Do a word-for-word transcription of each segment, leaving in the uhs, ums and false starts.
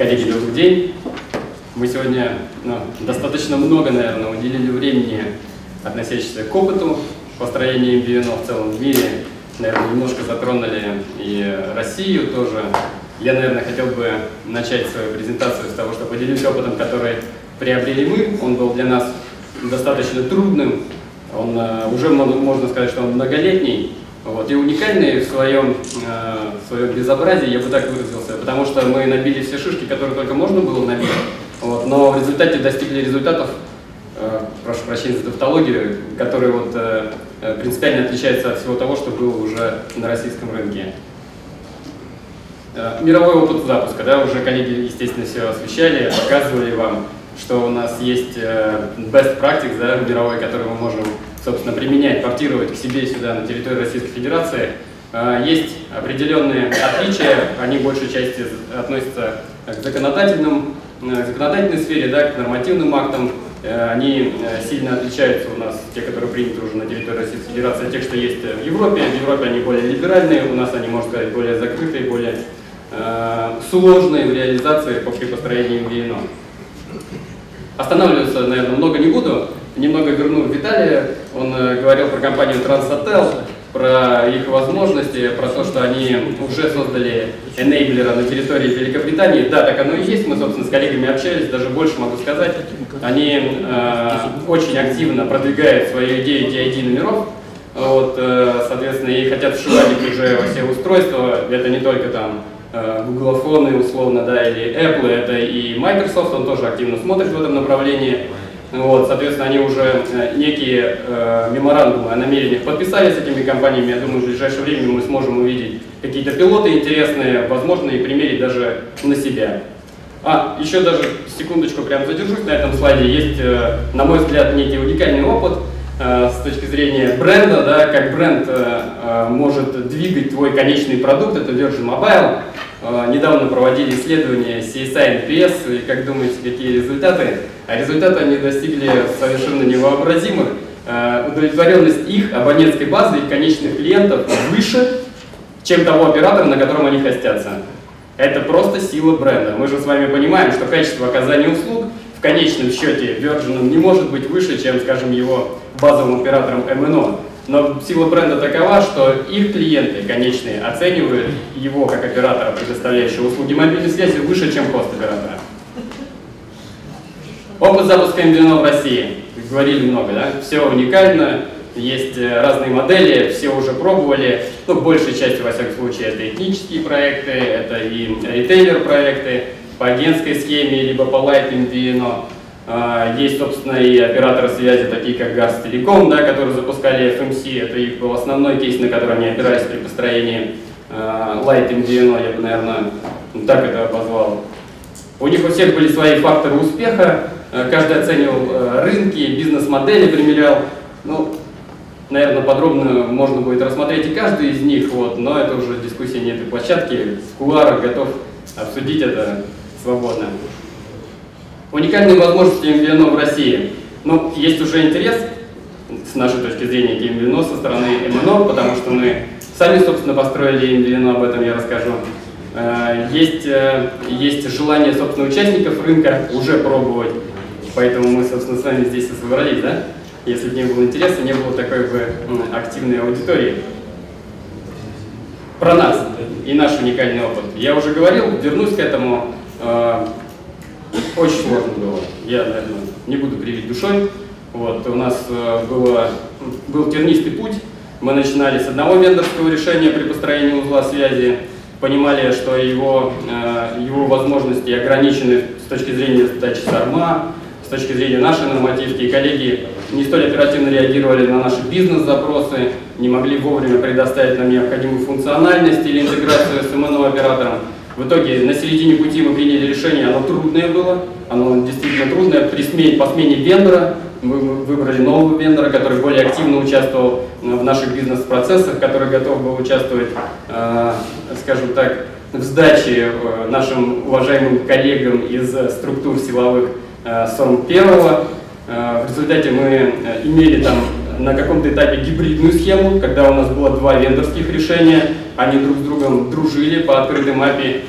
Коллеги, добрый день. Мы сегодня ну, достаточно много, наверное, уделили времени, относящегося к опыту построения эм ви эн о в целом в мире. Наверное, немножко затронули и Россию тоже. Я, наверное, хотел бы начать свою презентацию с того, что поделюсь опытом, который приобрели мы. Он был для нас достаточно трудным. Он уже, можно сказать, что он многолетний. Вот, и уникальный в своем, э, в своем безобразии, я бы так выразился, потому что мы набили все шишки, которые только можно было набить, вот, но в результате достигли результатов, э, прошу прощения за тавтологию, которые вот, э, принципиально отличаются от всего того, что было уже на российском рынке. Э, мировой опыт запуска, да, уже коллеги, естественно, все освещали, показывали вам, что у нас есть э, best practice, да, мировой, который мы можем, собственно, применять, портировать к себе сюда, на территорию Российской Федерации. Есть определенные отличия, они в большей части относятся к, законодательным, к законодательной сфере, да, к нормативным актам. Они сильно отличаются у нас, те, которые приняты уже на территории Российской Федерации, от тех, что есть в Европе. В Европе они более либеральные, у нас они, можно сказать, более закрытые, более э, сложные в реализации при построении эм ви эн о. Останавливаться, наверное, много не буду. Немного верну Виталия, он э, говорил про компанию Transhotel, про их возможности, про то, что они уже создали энейблера на территории Великобритании. Да, так оно и есть, мы, собственно, с коллегами общались, даже больше могу сказать. Они э, очень активно продвигают свою идею ди ай ди номеров, вот, э, соответственно, и хотят вшивать их уже во все устройства. Это не только там гуглофоны, условно, да, или Apple, это и Microsoft, он тоже активно смотрит в этом направлении. Вот, соответственно, они уже некие э, меморандумы о намерениях подписали с этими компаниями. Я думаю, в ближайшее время мы сможем увидеть какие-то пилоты интересные, возможно, и примерить даже на себя. А, еще даже секундочку прям задержусь на этом слайде. Есть, э, на мой взгляд, некий уникальный опыт э, с точки зрения бренда, да, как бренд э, э, может двигать твой конечный продукт, это Virgin Mobile. Недавно проводили исследование си эс ай эн пи эс, и как думаете, какие результаты? А результаты они достигли совершенно невообразимых. Удовлетворенность их абонентской базы, их конечных клиентов выше, чем того оператора, на котором они хостятся. Это просто сила бренда. Мы же с вами понимаем, что качество оказания услуг в конечном счете Virgin не может быть выше, чем, скажем, его базовым оператором эм эн о. Но сила бренда такова, что их клиенты конечные оценивают его как оператора, предоставляющего услуги мобильной связи, выше, чем хост оператора. Опыт запуска эм ви эн о в России. Говорили много, да? Все уникально, есть разные модели, все уже пробовали. Ну, большей частью, во всяком случае, это этнические проекты, это и ритейлер-проекты по агентской схеме, либо по Light эм ви эн о. Есть, собственно, и операторы связи, такие как Газтелеком, да, которые запускали эф эм си. Это их был основной кейс, на который они опирались при построении Light эм ви эн о, я бы, наверное, так это обозвал. У них у всех были свои факторы успеха, каждый оценивал рынки, бизнес-модели примерял. Ну, наверное, подробно можно будет рассмотреть и каждый из них, вот, но это уже дискуссия не этой площадки. В кулуарах готов обсудить это свободно. Уникальные возможности эм ви эн о в России. Ну, есть уже интерес, с нашей точки зрения, к эм ви эн о со стороны эм эн о, потому что мы сами, собственно, построили эм ви эн о, об этом я расскажу. Есть, есть желание, собственно, участников рынка уже пробовать, поэтому мы, собственно, с вами здесь и собрались, да? Если бы не было интереса, не было такой бы активной аудитории. Про нас и наш уникальный опыт. Я уже говорил, вернусь к этому. Очень сложно было. Я, наверное, не буду кривить душой. Вот, у нас э, было, был тернистый путь. Мы начинали с одного вендорского решения при построении узла связи. Понимали, что его, э, его возможности ограничены с точки зрения задачи САРМа, с точки зрения нашей нормативки. И коллеги не столь оперативно реагировали на наши бизнес-запросы, не могли вовремя предоставить нам необходимую функциональность или интеграцию с эм эн о-оператором. В итоге на середине пути мы приняли решение, оно трудное было, оно действительно трудное. При смене, по смене вендора мы выбрали нового вендора, который более активно участвовал в наших бизнес-процессах, который готов был участвовать, э, скажем так, в сдаче э, нашим уважаемым коллегам из структур силовых э, СОРМ первого. Э, в результате мы имели там на каком-то этапе гибридную схему, когда у нас было два вендорских решения, они друг с другом дружили по открытым эй пи ай,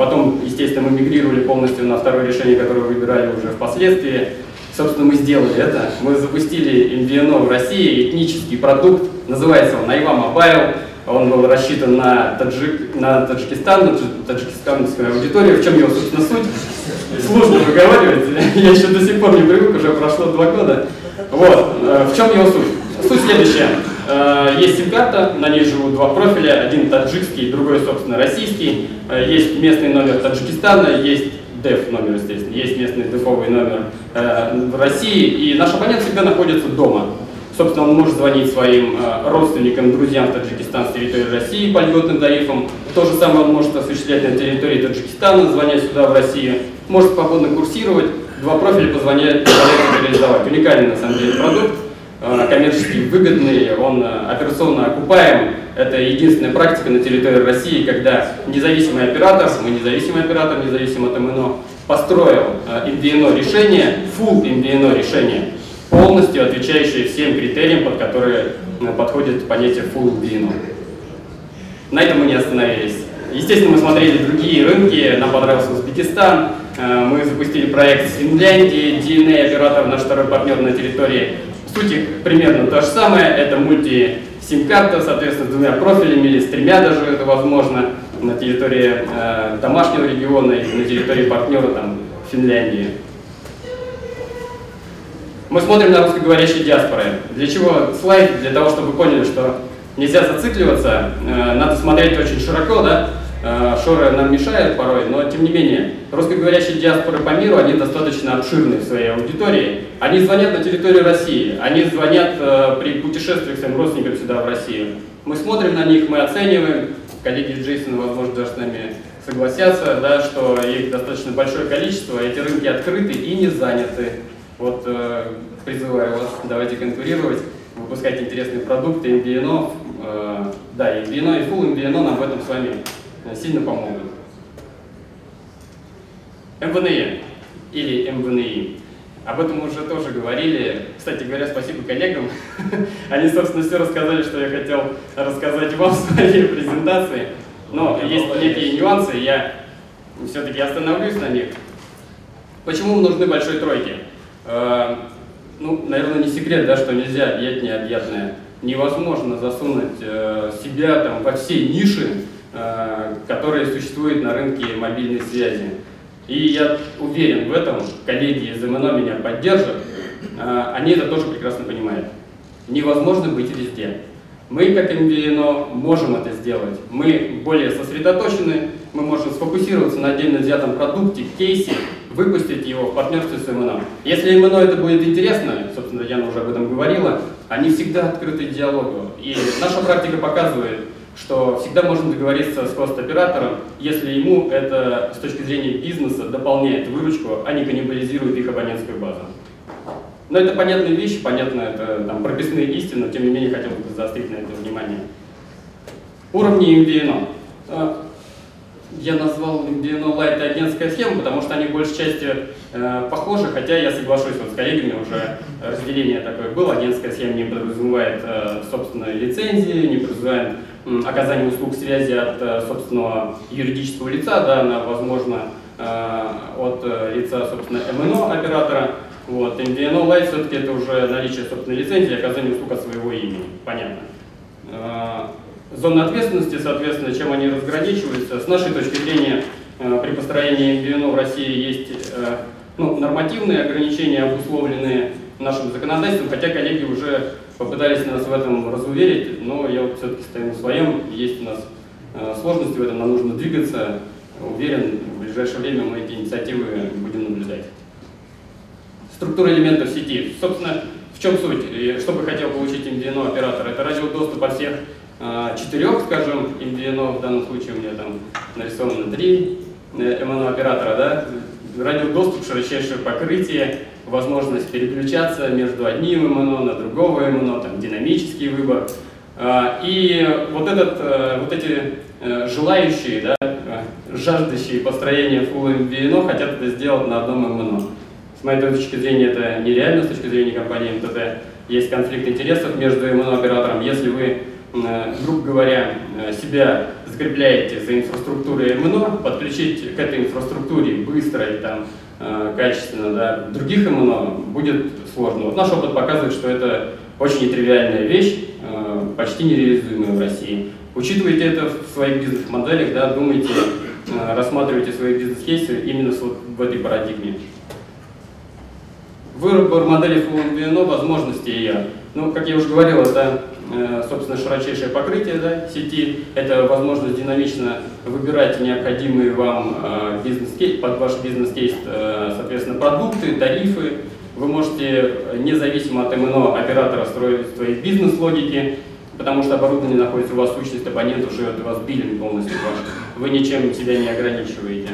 Потом, естественно, мы мигрировали полностью на второе решение, которое выбирали уже впоследствии. Собственно, мы сделали это. Мы запустили эм ви эн о в России, этнический продукт, называется он Айва Mobile. Он был рассчитан на, таджик, на Таджикистан, на таджикистанскую аудиторию. В чем его, собственно, суть? Сложно выговаривать, я еще до сих пор не привык, уже прошло два года. Вот, в чем его суть? Суть следующая. Есть сим-карта, на ней живут два профиля, один таджикский, другой, собственно, российский. Есть местный номер Таджикистана, есть деф номер, естественно, есть местный дефовый номер в России, и наш абонент всегда находится дома. Собственно, он может звонить своим родственникам, друзьям в Таджикистан с территории России по льготным тарифам. То же самое он может осуществлять на территории Таджикистана, звоня сюда, в Россию. Может свободно курсировать, два профиля позволяют реализовать. Уникальный, на самом деле, продукт, коммерчески выгодный, он операционно окупаем. Это единственная практика на территории России, когда независимый оператор, мы независимый оператор, независимо от эм эн о, построил эм ви эн о решение, full эм ви эн о решение, полностью отвечающее всем критериям, под которые подходит понятие full эм ви эн о. На этом мы не остановились. Естественно, мы смотрели другие рынки, нам понравился Узбекистан, мы запустили проект с Финляндии, ди эн эй оператор, наш второй партнер на территории. Суть их примерно то же самое, это мульти-сим-карта, соответственно, с двумя профилями или с тремя даже это возможно на территории э, домашнего региона или на территории партнера там, Финляндии. Мы смотрим на русскоговорящие диаспоры. Для чего слайд? Для того, чтобы вы поняли, что нельзя зацикливаться, э, надо смотреть очень широко, да? Э, шоры нам мешают порой, но тем не менее, русскоговорящие диаспоры по миру, они достаточно обширны в своей аудитории. Они звонят на территорию России, они звонят э, при путешествиях своим родственникам сюда, в Россию. Мы смотрим на них, мы оцениваем, коллеги из Джейсона, возможно, даже с нами согласятся, да, что их достаточно большое количество, эти рынки открыты и не заняты. Вот э, призываю вас, давайте конкурировать, выпускать интересные продукты, эм ви эн о, э, да, эм ви эн о и Full эм ви эн о нам в этом с вами сильно помогут. эм вэ эн и или эм вэ эн и. Об этом мы уже тоже говорили. Кстати говоря, спасибо коллегам. Они, собственно, все рассказали, что я хотел рассказать вам в своей презентации. Но есть некие нюансы, я все-таки остановлюсь на них. Почему нужны большие тройки? Э, ну, наверное, не секрет, да, что нельзя объять необъятное. Невозможно засунуть э, себя там, во все ниши, э, которые существуют на рынке мобильной связи. И я уверен в этом, коллеги из эм эн о меня поддержат, они это тоже прекрасно понимают. Невозможно быть везде. Мы, как эм ви эн о, можем это сделать. Мы более сосредоточены, мы можем сфокусироваться на отдельно взятом продукте, кейсе, выпустить его в партнерстве с эм эн о. Если эм эн о это будет интересно, собственно, Яна уже об этом говорила, они всегда открыты к диалогу. И наша практика показывает, что всегда можно договориться с хост-оператором, если ему это с точки зрения бизнеса дополняет выручку, а не каннибализирует их абонентскую базу. Но это понятная вещь, понятно, это там, прописные истины, но тем не менее хотел бы заострить на это внимание. Уровни эм ви эн о. Я назвал эм ви эн о Lite агентская схема, потому что они в большей части э, похожи, хотя я соглашусь вот с коллегами, уже разделение такое было. Агентская схема не подразумевает э, собственной лицензии, не подразумевает э, оказание услуг связи от э, собственного юридического лица, да, она возможна э, от э, лица, собственно, эм эн о оператора. Вот, эм ви эн о Lite все-таки это уже наличие собственной лицензии, оказание услуг от своего имени, понятно. Зоны ответственности, соответственно, чем они разграничиваются. С нашей точки зрения, при построении эм ви эн о в России есть ну, нормативные ограничения, обусловленные нашим законодательством, хотя коллеги уже попытались нас в этом разуверить, но я вот все-таки стою на своем, есть у нас сложности в этом, нам нужно двигаться. Уверен, в ближайшее время мы эти инициативы будем наблюдать. Структура элементов сети. Собственно, в чем суть? Что бы хотел получить эм ви эн о оператор? Это радиодоступ от всех четырех, скажем, эм ви эн о, в данном случае у меня там нарисовано три эм эн о оператора, да? Радиодоступ, широчайшее покрытие, возможность переключаться между одним эм эн о на другого эм эн о, там, динамический выбор. И вот, этот, вот эти желающие, да, жаждущие построения Full эм ви эн о хотят это сделать на одном эм эн о. С моей точки зрения это нереально, с точки зрения компании эм тэ тэ. Есть конфликт интересов между эм эн о оператором. Если вы, грубо говоря, себя закрепляете за инфраструктурой эм эн о, подключить к этой инфраструктуре быстро и там, э, качественно, да, других эм эн о будет сложно. Вот наш опыт показывает, что это очень нетривиальная вещь, э, почти нереализуемая в России. Учитывайте это в своих бизнес-моделях, да, думайте, э, рассматривайте свои бизнес-кейсы именно вот в этой парадигме. Выбор модели Full эм ви эн о, возможности ее. Ну, как я уже говорил, это, собственно, широчайшее покрытие, да, сети. Это возможность динамично выбирать необходимые вам бизнес-кейс, под ваш бизнес-кейс, соответственно, продукты, тарифы. Вы можете, независимо от эм эн о оператора, строить свои бизнес-логики, потому что оборудование находится у вас, сущность абонента живет, у вас биллинг полностью ваш. Вы ничем себя не ограничиваете.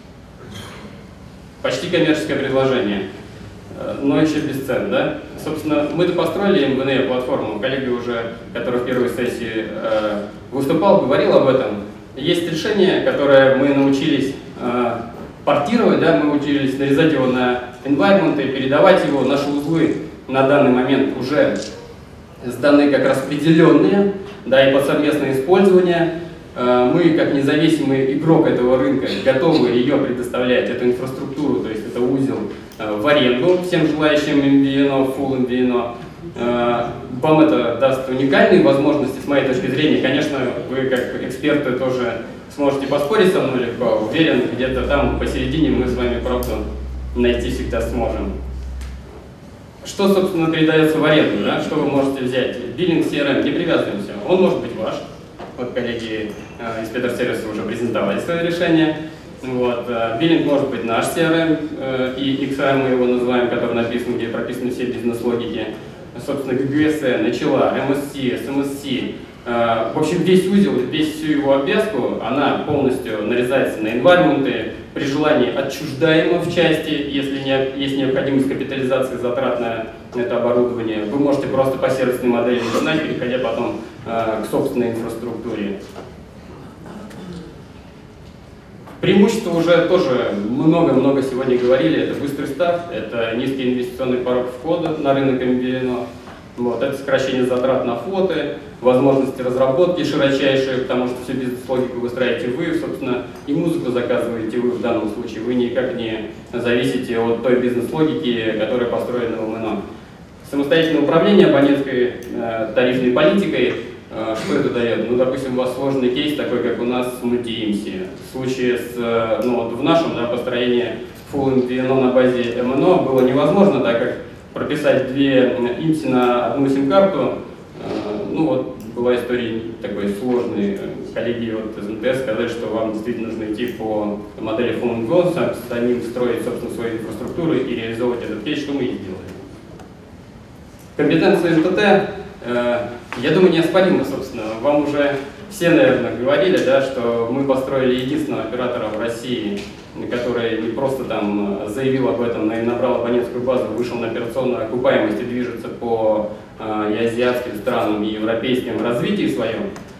Почти коммерческое предложение, но еще без цен, да? Собственно, мы-то построили эм вэ эн платформу, коллега уже, который в первой сессии э, выступал, говорил об этом. Есть решение, которое мы научились э, портировать, да, мы учились нарезать его на environment и передавать его, наши узлы на данный момент уже сданы как распределенные, да, и под совместное использование. Э, мы, как независимый игрок этого рынка, готовы ее предоставлять, эту инфраструктуру, то есть это узел, в аренду всем желающим эм ви эн о, Full эм ви эн о. Вам это даст уникальные возможности, с моей точки зрения. Конечно, вы как эксперты тоже сможете поспорить со мной легко. Уверен, где-то там посередине мы с вами правду найти всегда сможем. Что, собственно, передается в аренду, да? Что вы можете взять? Биллинг си эр эм, не привязываемся. Он может быть ваш. Вот коллеги э, из Петерсервиса уже презентовали свое решение. Вот. Биллинг может быть наш си эр эм э, и икс ар мы его называем, который написан, где прописаны все бизнес-логики. Собственно, джи джи эс эн, начала, эм эс си, эс эм эс си. Э, в общем, весь узел, весь всю его обвязку, она полностью нарезается на environment, при желании отчуждаема в части, если не, есть необходимость капитализации затрат на это оборудование. Вы можете просто по сервисной модели начинать, переходя потом э, к собственной инфраструктуре. Преимущества уже тоже много-много сегодня говорили. Это быстрый старт, это низкий инвестиционный порог входа на рынок эм ви эн о. Вот, это сокращение затрат на фото, возможности разработки широчайшие, потому что всю бизнес-логику выстраиваете вы, собственно, и музыку заказываете вы в данном случае. Вы никак не зависите от той бизнес-логики, которая построена в эм эн о. Самостоятельное управление абонентской э, тарифной политикой. Что это дает? Ну, допустим, у вас сложный кейс, такой как у нас с мульти-имси. В случае с, ну, вот в нашем, да, построении Full эм ви эн о на базе эм эн о было невозможно, так как прописать две имси на одну сим-карту, ну вот была история такой сложной. Коллеги вот из эм тэ эс сказали, что вам действительно нужно идти по модели Full эм ви эн о, самим строить, собственно, свою инфраструктуру и реализовывать этот кейс, что мы и сделали. Компетенция эм тэ тэ. Я думаю, неоспоримо, собственно. Вам уже все, наверное, говорили, да, что мы построили единственного оператора в России, который не просто там заявил об этом, но и набрал абонентскую базу, вышел на операционную окупаемость и движется по э, и азиатским странам, и европейским развитию своем.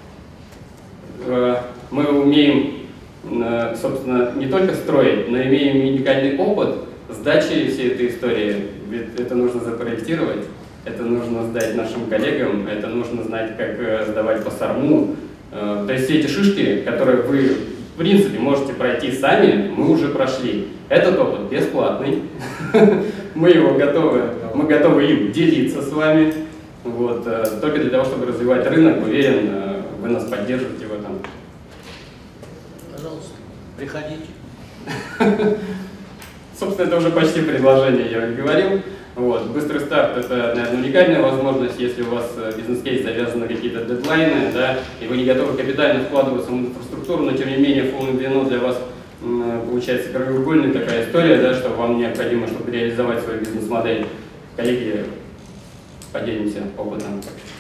Э, мы умеем, э, собственно, не только строить, но имеем уникальный опыт сдачи всей этой истории. Ведь это нужно запроектировать. Это нужно сдать нашим коллегам, это нужно знать, как сдавать по сарму. То есть все эти шишки, которые вы, в принципе, можете пройти сами, мы уже прошли. Этот опыт бесплатный, мы его готовы, мы готовы им делиться с вами. Вот. Только для того, чтобы развивать рынок, уверен, вы нас поддержите в этом. Пожалуйста, приходите. Собственно, это уже почти предложение, я вам говорил. Вот. Быстрый старт – это, наверное, уникальная возможность, если у вас бизнес-кейс завязан на какие-то дедлайны, да, и вы не готовы капитально вкладываться в инфраструктуру, но тем не менее Full эм ви эн о для вас получается краеугольная такая история, да, что вам необходимо, чтобы реализовать свою бизнес-модель. Коллеги, поделимся опытом.